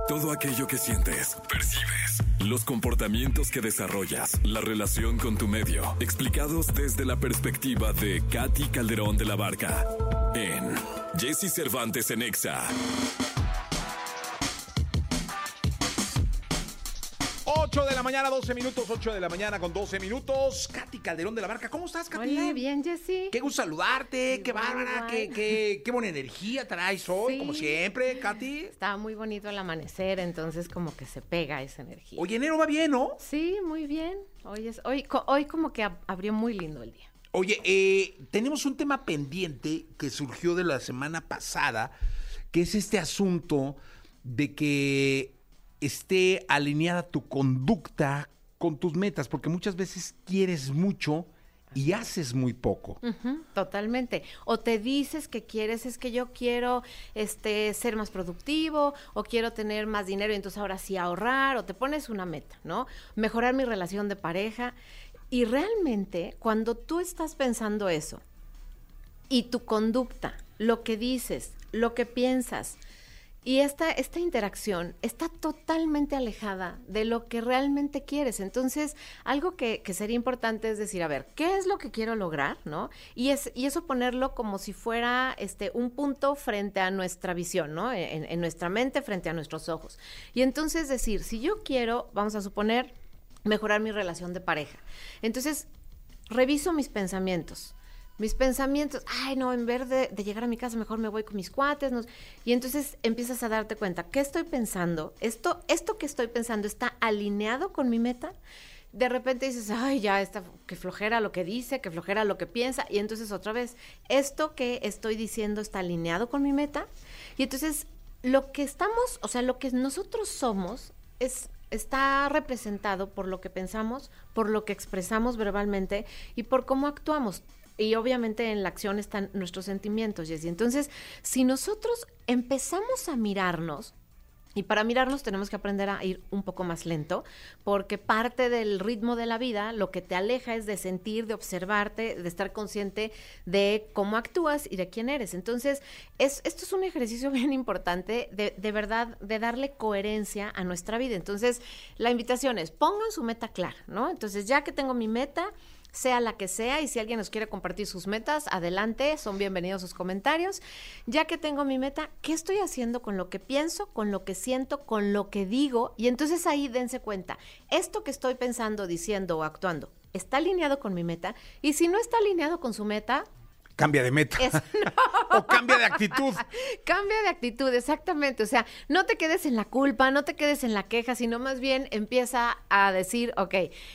Todo aquello que sientes, percibes, los comportamientos que desarrollas, la relación con tu medio, explicados desde la perspectiva de Katy Calderón de la Barca en Jessy Cervantes en Exa. 8 de la mañana, 12 minutos, 8 de la mañana con 12 minutos. Katy Calderón de la Barca, ¿cómo estás, Katy? Hola, bien, Jessy. Qué gusto saludarte, qué bárbara, qué buena energía traes hoy, Sí. como siempre, Katy. Estaba muy bonito el amanecer, entonces como que se pega esa energía. Oye, enero va bien, ¿no? Sí, muy bien. Hoy como que abrió muy lindo el día. Oye, tenemos un tema pendiente que surgió de la semana pasada, que es este asunto de que esté alineada tu conducta con tus metas, porque muchas veces quieres mucho y haces muy poco. Totalmente. O te dices que quieres, es que yo quiero ser más productivo, o quiero tener más dinero y entonces ahora sí ahorrar, o te pones una meta, ¿no? Mejorar mi relación de pareja. Y realmente, cuando tú estás pensando eso, y tu conducta, lo que dices, lo que piensas, y esta interacción está totalmente alejada de lo que realmente quieres. Entonces, algo que sería importante es decir, a ver, ¿qué es lo que quiero lograr? ¿No? Y eso ponerlo como si fuera un punto frente a nuestra visión, ¿no? En nuestra mente, frente a nuestros ojos. Y entonces decir, si yo quiero, vamos a suponer, mejorar mi relación de pareja. Entonces, reviso mis pensamientos, ay, no, en vez de llegar a mi casa, mejor me voy con mis cuates. ¿No? Y entonces empiezas a darte cuenta, ¿qué estoy pensando? ¿Esto que estoy pensando está alineado con mi meta? De repente dices, ay, ya, qué flojera lo que dice, qué flojera lo que piensa. Y entonces otra vez, ¿esto que estoy diciendo está alineado con mi meta? Y entonces lo que nosotros somos está representado por lo que pensamos, por lo que expresamos verbalmente y por cómo actuamos. Y obviamente en la acción están nuestros sentimientos, Jessy. Entonces, si nosotros empezamos a mirarnos, y para mirarnos tenemos que aprender a ir un poco más lento, porque parte del ritmo de la vida, lo que te aleja es de sentir, de observarte, de estar consciente de cómo actúas y de quién eres. Entonces, esto es un ejercicio bien importante, de verdad, de darle coherencia a nuestra vida. Entonces, la invitación es, pongan su meta clara, ¿no? Entonces, ya que tengo mi meta, sea la que sea, y si alguien nos quiere compartir sus metas, adelante, son bienvenidos sus comentarios. Ya que tengo mi meta, ¿qué estoy haciendo con lo que pienso, con lo que siento, con lo que digo? Y entonces ahí dense cuenta, esto que estoy pensando, diciendo o actuando, ¿está alineado con mi meta? Y si no está alineado con su meta, Cambia de meta. O cambia de actitud. Cambia de actitud, exactamente. O sea, no te quedes en la culpa, no te quedes en la queja, sino más bien empieza a decir, ok,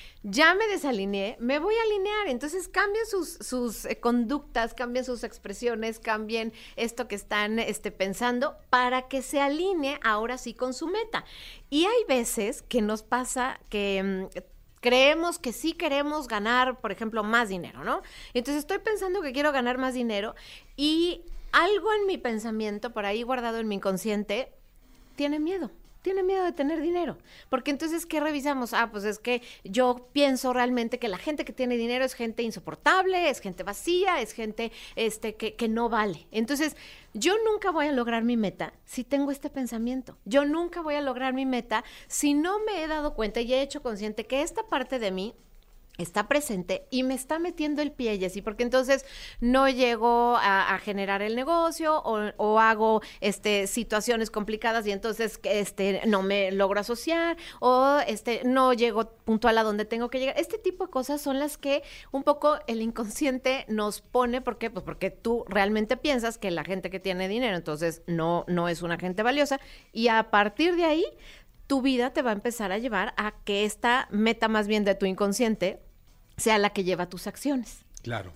ya me desalineé, me voy a alinear. Entonces cambien sus conductas, cambien sus expresiones, cambien esto que están pensando para que se alinee ahora sí con su meta. Y hay veces que nos pasa que creemos que sí queremos ganar, por ejemplo, más dinero, ¿no? Entonces estoy pensando que quiero ganar más dinero y algo en mi pensamiento, por ahí guardado en mi inconsciente, tiene miedo de tener dinero. Porque entonces, ¿qué revisamos? Pues es que yo pienso realmente que la gente que tiene dinero es gente insoportable, es gente vacía, es gente que no vale. Entonces, yo nunca voy a lograr mi meta si tengo este pensamiento. Yo nunca voy a lograr mi meta si no me he dado cuenta y he hecho consciente que esta parte de mí está presente y me está metiendo el pie, Jessy, porque entonces no llego a generar el negocio o hago situaciones complicadas y entonces no me logro asociar o no llego puntual a donde tengo que llegar. Este tipo de cosas son las que un poco el inconsciente nos pone. ¿Por qué? Pues porque tú realmente piensas que la gente que tiene dinero entonces no es una gente valiosa, y a partir de ahí tu vida te va a empezar a llevar a que esta meta más bien de tu inconsciente sea la que lleva tus acciones. Claro.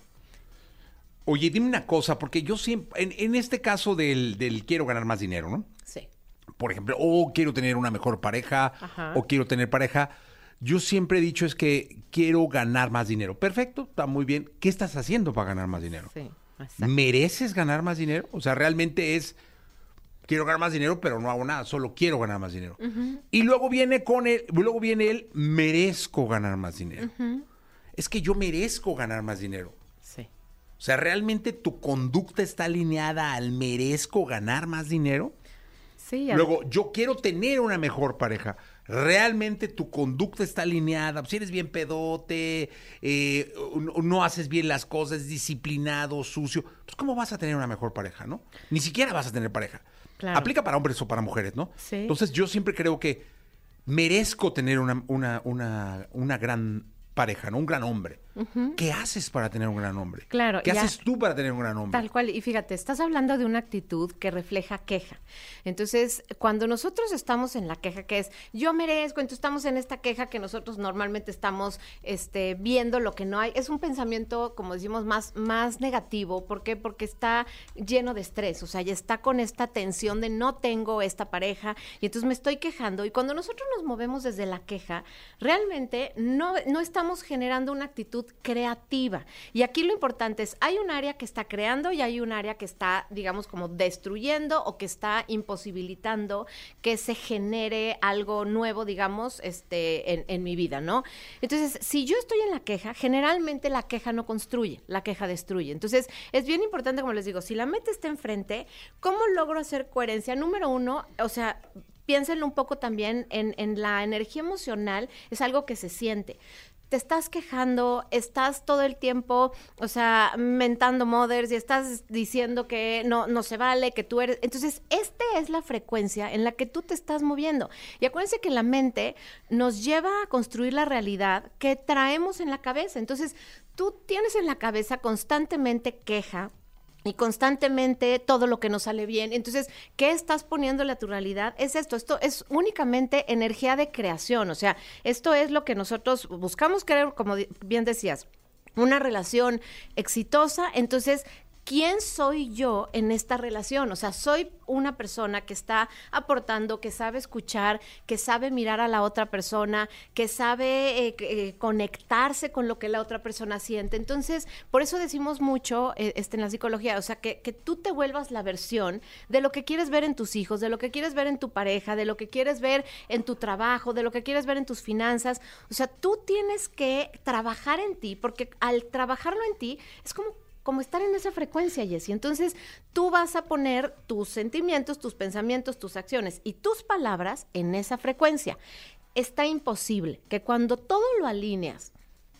Oye, dime una cosa, porque yo siempre, en este caso del quiero ganar más dinero, ¿no? Sí. Por ejemplo, o quiero tener una mejor pareja, Ajá. o quiero tener pareja, yo siempre he dicho es que quiero ganar más dinero. Perfecto, está muy bien. ¿Qué estás haciendo para ganar más dinero? Sí, exacto. ¿Mereces ganar más dinero? O sea, realmente es, quiero ganar más dinero, pero no hago nada, solo quiero ganar más dinero. Uh-huh. Y luego viene el merezco ganar más dinero. Uh-huh. Es que yo merezco ganar más dinero. Sí. O sea, ¿realmente tu conducta está alineada al merezco ganar más dinero? Sí, Luego, yo quiero tener una mejor pareja. Realmente tu conducta está alineada. Si eres bien pedote, no haces bien las cosas, disciplinado, sucio. Pues, ¿cómo vas a tener una mejor pareja, no? Ni siquiera vas a tener pareja. Claro. Aplica para hombres o para mujeres, ¿no? Sí. Entonces, yo siempre creo que merezco tener una gran pareja, ¿no? Un gran hombre. ¿Qué haces para tener un gran hombre? Claro, ¿Qué ya. haces tú para tener un gran hombre? Tal cual, y fíjate, estás hablando de una actitud que refleja queja. Entonces, cuando nosotros estamos en la queja, que es yo merezco, entonces estamos en esta queja que nosotros normalmente estamos viendo lo que no hay, es un pensamiento, como decimos, más negativo. ¿Por qué? Porque está lleno de estrés, o sea, ya está con esta tensión de no tengo esta pareja, y entonces me estoy quejando. Y cuando nosotros nos movemos desde la queja, realmente no estamos generando una actitud creativa. Y aquí lo importante es, hay un área que está creando y hay un área que está, digamos, como destruyendo o que está imposibilitando que se genere algo nuevo, digamos, en mi vida, ¿no? Entonces, si yo estoy en la queja, generalmente la queja no construye, la queja destruye. Entonces, es bien importante, como les digo, si la meta está enfrente, ¿cómo logro hacer coherencia? Número uno, o sea, piénsenlo un poco también en la energía emocional, es algo que se siente. Te estás quejando, estás todo el tiempo, o sea, mentando mothers y estás diciendo que no se vale, que tú eres... Entonces, esta es la frecuencia en la que tú te estás moviendo. Y acuérdense que la mente nos lleva a construir la realidad que traemos en la cabeza. Entonces, tú tienes en la cabeza constantemente queja, y constantemente todo lo que nos sale bien. Entonces, ¿qué estás poniéndole a tu realidad? Es esto es únicamente energía de creación, o sea, esto es lo que nosotros buscamos querer, como bien decías, una relación exitosa. Entonces, ¿quién soy yo en esta relación? O sea, soy una persona que está aportando, que sabe escuchar, que sabe mirar a la otra persona, que sabe conectarse con lo que la otra persona siente. Entonces, por eso decimos mucho en la psicología, o sea, que tú te vuelvas la versión de lo que quieres ver en tus hijos, de lo que quieres ver en tu pareja, de lo que quieres ver en tu trabajo, de lo que quieres ver en tus finanzas. O sea, tú tienes que trabajar en ti, porque al trabajarlo en ti es como estar en esa frecuencia, Jessie. Entonces, tú vas a poner tus sentimientos, tus pensamientos, tus acciones y tus palabras en esa frecuencia. Está imposible que cuando todo lo alineas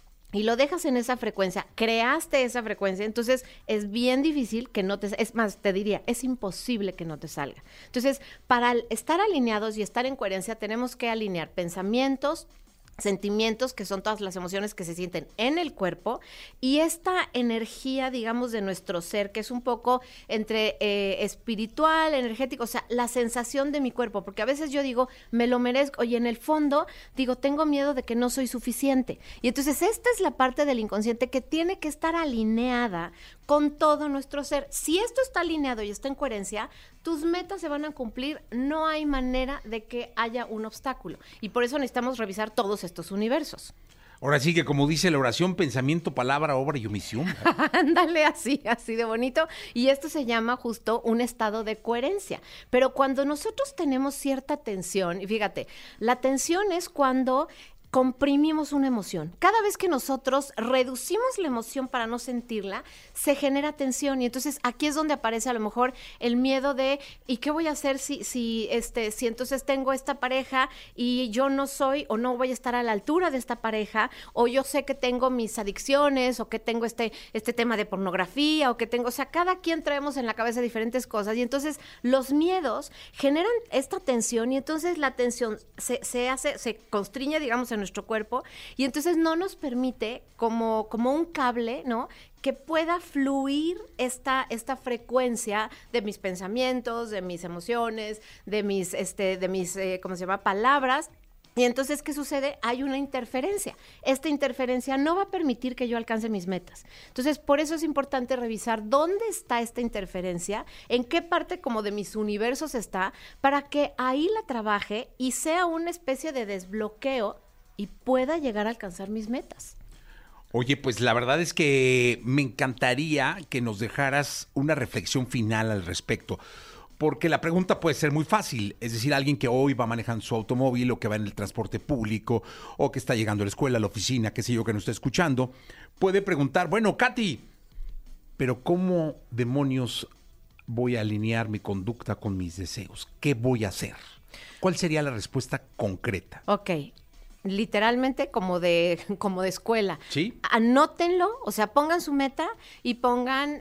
y lo dejas en esa frecuencia, creaste esa frecuencia, entonces es bien difícil que no te... Es más, te diría, es imposible que no te salga. Entonces, para estar alineados y estar en coherencia, tenemos que alinear pensamientos, sentimientos, que son todas las emociones que se sienten en el cuerpo, y esta energía, digamos, de nuestro ser, que es un poco entre espiritual, energético, o sea, la sensación de mi cuerpo, porque a veces yo digo, me lo merezco, y en el fondo digo, tengo miedo de que no soy suficiente. Y entonces esta es la parte del inconsciente que tiene que estar alineada con todo nuestro ser. Si esto está alineado y está en coherencia, tus metas se van a cumplir, no hay manera de que haya un obstáculo. Y por eso necesitamos revisar todos estos universos. Ahora sí que, como dice la oración, pensamiento, palabra, obra y omisión. Ándale, así de bonito. Y esto se llama justo un estado de coherencia. Pero cuando nosotros tenemos cierta tensión, y fíjate, la tensión es cuando comprimimos una emoción. Cada vez que nosotros reducimos la emoción para no sentirla, se genera tensión. Y entonces aquí es donde aparece a lo mejor el miedo de ¿y qué voy a hacer si entonces tengo esta pareja y yo no soy o no voy a estar a la altura de esta pareja, o yo sé que tengo mis adicciones, o que tengo este tema de pornografía, o que tengo, o sea, cada quien traemos en la cabeza diferentes cosas, y entonces los miedos generan esta tensión, y entonces la tensión se constriñe, digamos, en nuestro cuerpo, y entonces no nos permite como un cable, ¿no?, que pueda fluir esta frecuencia de mis pensamientos, de mis emociones, de mis ¿cómo se llama?, palabras. Y entonces, ¿qué sucede? Hay una interferencia. Esta interferencia no va a permitir que yo alcance mis metas. Entonces, por eso es importante revisar dónde está esta interferencia, en qué parte como de mis universos está, para que ahí la trabaje y sea una especie de desbloqueo y pueda llegar a alcanzar mis metas. Oye, pues la verdad es que me encantaría que nos dejaras una reflexión final al respecto, porque la pregunta puede ser muy fácil, es decir, alguien que hoy va manejando su automóvil o que va en el transporte público o que está llegando a la escuela, a la oficina, qué sé yo, que nos está escuchando, puede preguntar, bueno, Katy, pero ¿cómo demonios voy a alinear mi conducta con mis deseos? ¿Qué voy a hacer? ¿Cuál sería la respuesta concreta? Ok. Literalmente como de escuela. ¿Sí? Anótenlo, o sea, pongan su meta y pongan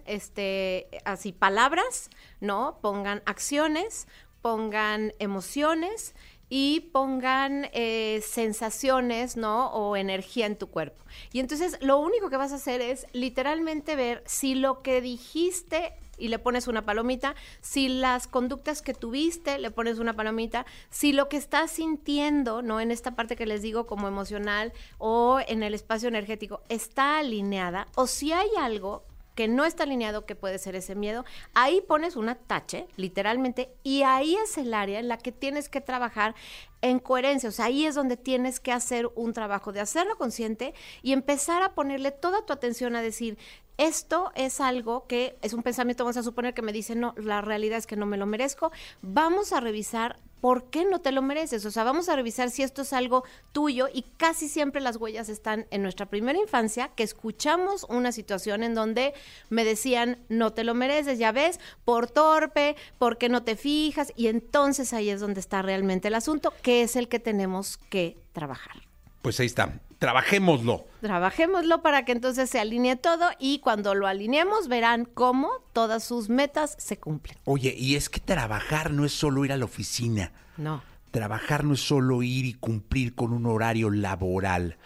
así palabras, ¿no? Pongan acciones, pongan emociones y pongan sensaciones, ¿no? O energía en tu cuerpo. Y entonces lo único que vas a hacer es literalmente ver si lo que dijiste y le pones una palomita, si las conductas que tuviste, le pones una palomita, si lo que estás sintiendo, ¿no? En esta parte que les digo como emocional o en el espacio energético, está alineada, o si hay algo que no está alineado, que puede ser ese miedo, ahí pones una tache, literalmente, y ahí es el área en la que tienes que trabajar en coherencia. O sea, ahí es donde tienes que hacer un trabajo de hacerlo consciente y empezar a ponerle toda tu atención a decir, esto es algo que es un pensamiento, vamos a suponer que me dice, no, la realidad es que no me lo merezco. Vamos a revisar por qué no te lo mereces. O sea, vamos a revisar si esto es algo tuyo y casi siempre las huellas están en nuestra primera infancia, que escuchamos una situación en donde me decían, no te lo mereces, ya ves, por torpe, porque no te fijas, y entonces ahí es donde está realmente el asunto, que es el que tenemos que trabajar. Pues ahí está. Trabajémoslo. Trabajémoslo para que entonces se alinee todo y cuando lo alineemos verán cómo todas sus metas se cumplen. Oye, y es que trabajar no es solo ir a la oficina. No. Trabajar no es solo ir y cumplir con un horario laboral.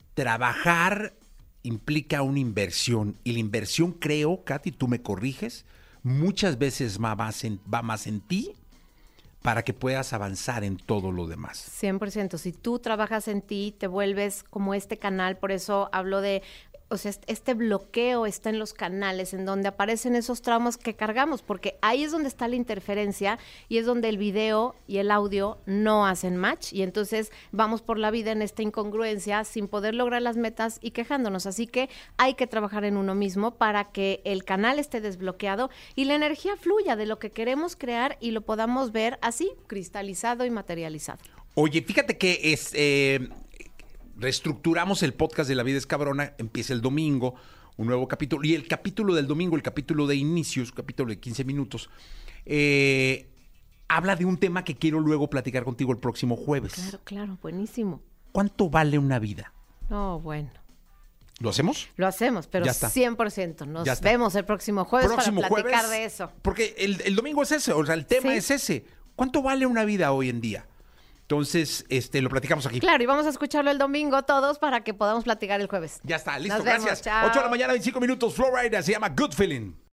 Trabajar implica una inversión. Y la inversión, creo, Katy, tú me corriges, muchas veces va más en ti para que puedas avanzar en todo lo demás. 100%. Si tú trabajas en ti, te vuelves como este canal, por eso hablo de, o sea, este bloqueo está en los canales, en donde aparecen esos traumas que cargamos, porque ahí es donde está la interferencia y es donde el video y el audio no hacen match y entonces vamos por la vida en esta incongruencia sin poder lograr las metas y quejándonos. Así que hay que trabajar en uno mismo para que el canal esté desbloqueado y la energía fluya de lo que queremos crear y lo podamos ver así, cristalizado y materializado. Oye, fíjate que reestructuramos el podcast de La Vida es Cabrona, empieza el domingo, un nuevo capítulo, y el capítulo del domingo, el capítulo de inicio, es un capítulo de 15 minutos, habla de un tema que quiero luego platicar contigo el próximo jueves. Claro, buenísimo. ¿Cuánto vale una vida? No, bueno. ¿Lo hacemos? Lo hacemos, pero Ya está. 100%. Nos vemos el próximo jueves para platicar de eso. Porque el domingo es ese, o sea, el tema Sí. es ese. ¿Cuánto vale una vida hoy en día? Entonces, lo platicamos aquí. Claro, y vamos a escucharlo el domingo todos para que podamos platicar el jueves. Ya está, listo, Nos vemos, gracias. chao. 8 de la mañana, 25 minutos, Florida, se llama Good Feeling.